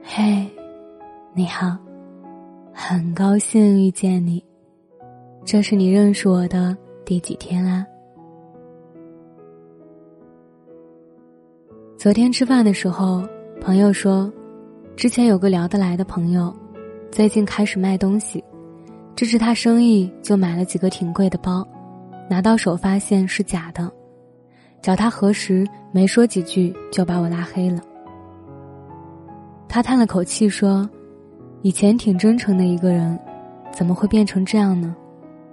嘿，你好，很高兴遇见你。这是你认识我的第几天啦？昨天吃饭的时候，朋友说，之前有个聊得来的朋友，最近开始卖东西，支持他生意就买了几个挺贵的包，拿到手发现是假的，找他核实，没说几句就把我拉黑了。他叹了口气说，以前挺真诚的一个人，怎么会变成这样呢？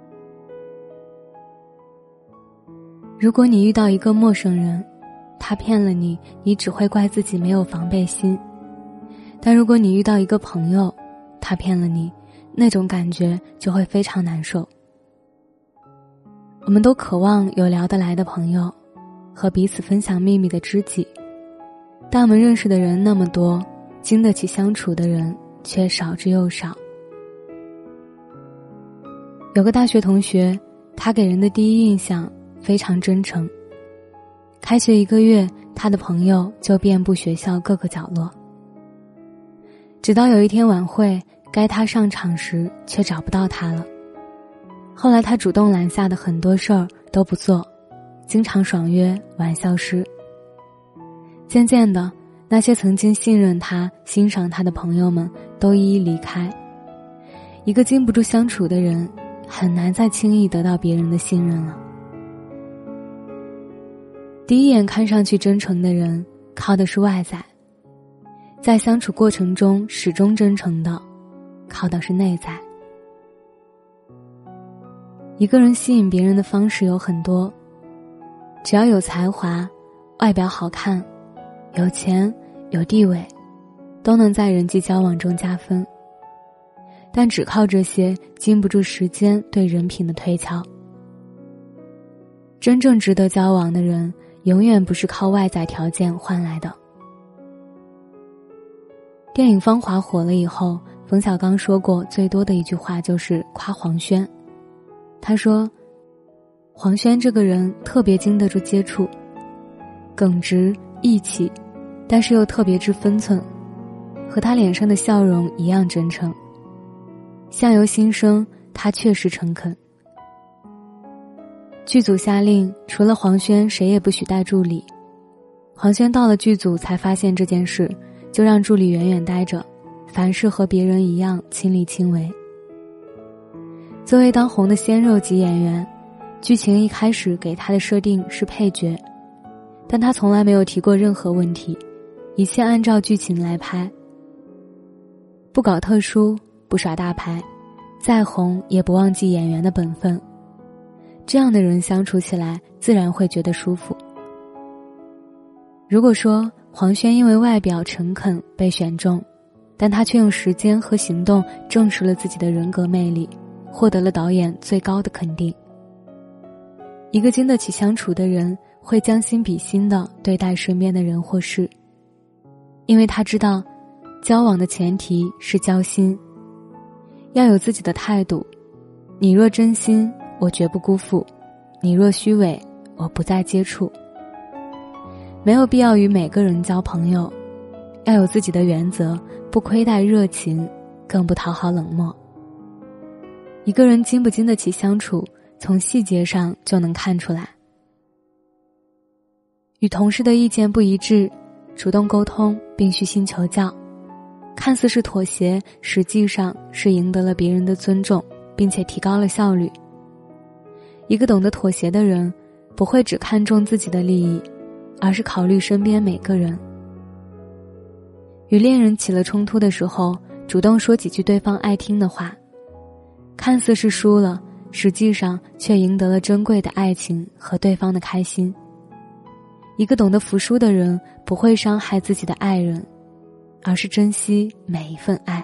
如果你遇到一个陌生人，他骗了你，你只会怪自己没有防备心。但如果你遇到一个朋友，他骗了你，那种感觉就会非常难受。我们都渴望有聊得来的朋友，和彼此分享秘密的知己，但我们认识的人那么多，经得起相处的人却少之又少。有个大学同学，他给人的第一印象非常真诚。开学1个月，他的朋友就遍布学校各个角落。直到有一天晚会，该他上场时却找不到他了。后来他主动揽下的很多事儿都不做，经常爽约晚消失。渐渐的，那些曾经信任他、欣赏他的朋友们都一一离开。一个经不住相处的人，很难再轻易得到别人的信任了。第一眼看上去真诚的人，靠的是外在；在相处过程中始终真诚的，靠的是内在。一个人吸引别人的方式有很多，只要有才华、外表好看、有钱、有地位，都能在人际交往中加分。但只靠这些，经不住时间对人品的推敲。真正值得交往的人，永远不是靠外在条件换来的。电影《芳华》火了以后，冯小刚说过最多的一句话就是夸黄轩。他说，黄轩这个人特别经得住接触，耿直义气，但是又特别知分寸，和他脸上的笑容一样真诚。相由心生，他确实诚恳。剧组下令，除了黄轩谁也不许带助理。黄轩到了剧组才发现这件事，就让助理远远待着，凡事和别人一样亲力亲为。作为当红的鲜肉级演员，剧情一开始给他的设定是配角，但他从来没有提过任何问题，一切按照剧情来拍，不搞特殊，不耍大牌，再红也不忘记演员的本分。这样的人相处起来自然会觉得舒服。如果说黄轩因为外表诚恳被选中，但他却用时间和行动证实了自己的人格魅力，获得了导演最高的肯定。一个经得起相处的人，会将心比心地对待身边的人或事，因为他知道交往的前提是交心，要有自己的态度。你若真心，我绝不辜负；你若虚伪，我不再接触。没有必要与每个人交朋友，要有自己的原则，不亏待热情，更不讨好冷漠。一个人经不经得起相处，从细节上就能看出来。与同事的意见不一致，主动沟通并虚心求教，看似是妥协，实际上是赢得了别人的尊重，并且提高了效率。一个懂得妥协的人，不会只看重自己的利益，而是考虑身边每个人。与恋人起了冲突的时候，主动说几句对方爱听的话，看似是输了，实际上却赢得了珍贵的爱情和对方的开心。一个懂得服输的人，不会伤害自己的爱人，而是珍惜每一份爱。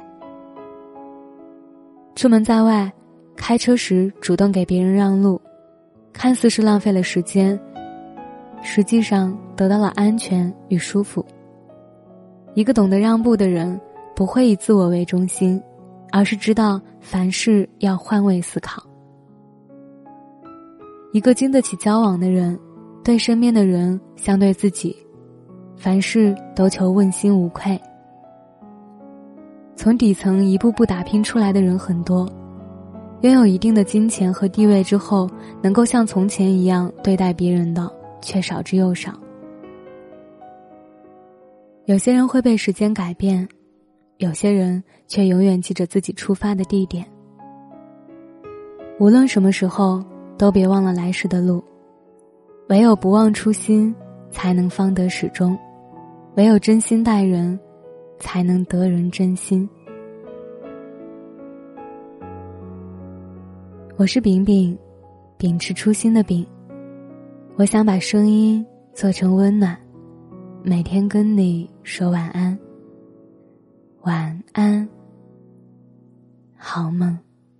出门在外，开车时主动给别人让路，看似是浪费了时间，实际上得到了安全与舒服。一个懂得让步的人，不会以自我为中心，而是知道凡事要换位思考。一个经得起交往的人，对身边的人相对自己，凡事都求问心无愧。 从底层一步步打拼出来的人很多，拥有一定的金钱和地位之后，能够像从前一样对待别人的却少之又少。有些人会被时间改变，有些人却永远记着自己出发的地点。无论什么时候，都别忘了来时的路。唯有不忘初心，才能方得始终；唯有真心待人，才能得人真心。我是饼饼，秉持初心的饼。我想把声音做成温暖，每天跟你说晚安。晚安，好梦。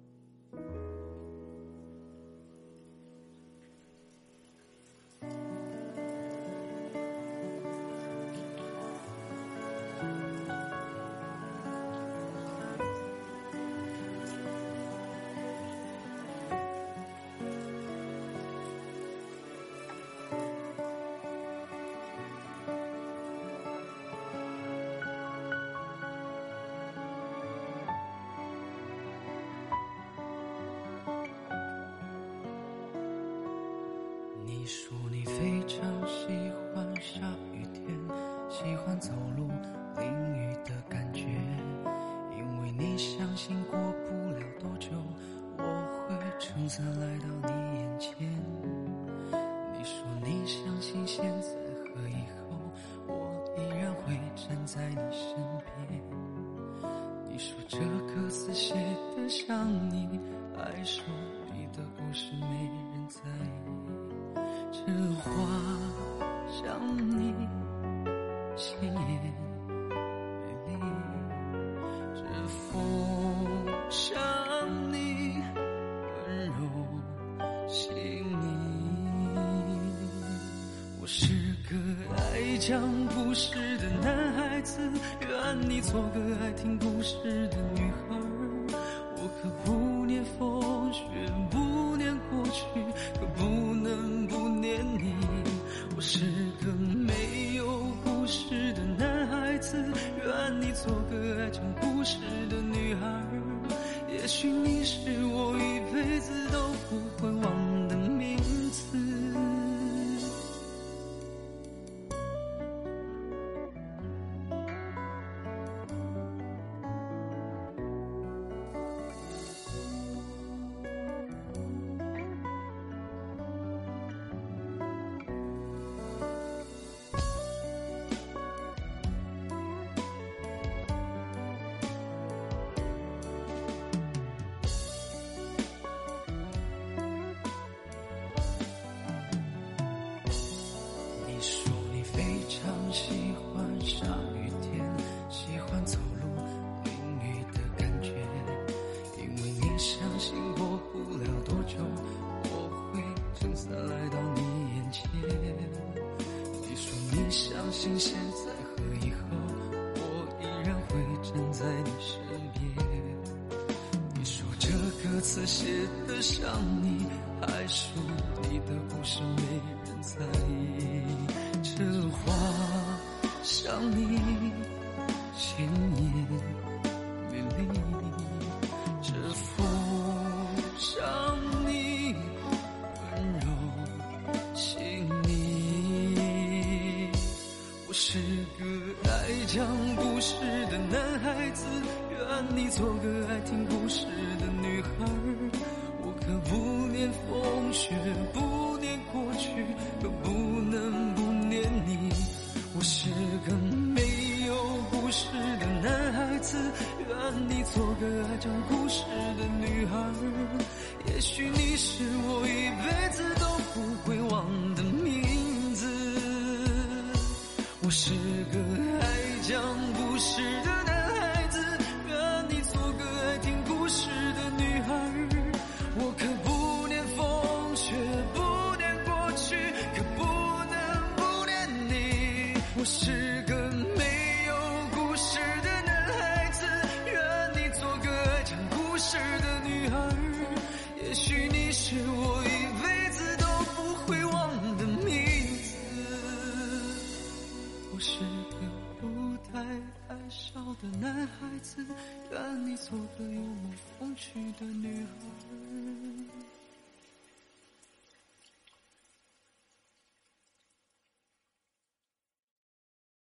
你说你非常喜欢下雨天，喜欢走路淋雨的感觉，因为你相信过不了多久我会撑伞来到你眼前。你说你相信现在和以后我依然会站在你身边。你说这歌词写得像你，爱说你的故事没人在意，这花像你，鲜艳美丽，这风像你，温柔细腻。我是个爱讲故事的男孩子，愿你做个爱听故事的女孩。我可不念风雪，不念过去，可不能不念你。我是个没有故事的男孩子，愿你做个爱讲故事的女孩。也许你是我一辈子都不会忘的名字。喜欢下雨天，喜欢走路淋雨的感觉，因为你相信过不了多久我会撑伞来到你眼前。你说你相信现在和以后我依然会站在你身边。你说这歌词写得像你，还说你的故事没人在意，这花像你，鲜艳美丽，这风像你，温柔细腻。我是个爱讲故事的男孩子，愿你做个爱听故事的女孩。我可不念风雪，不念过去，可不能不念你。我是个没有故事的男孩子，愿你做个爱讲故事的女孩。也许你是我一辈子都不会忘的名字。我是个爱讲故事的男孩子，愿你做个爱听故事的女孩。我可不念风雪，不念过去，可不能不念你。我是个没有故事的男孩子，愿你做个爱讲故事的女孩。也许你是我一辈子都不会忘的名字。我是个不太爱笑的男孩子，但你做个幽默风趣的女孩。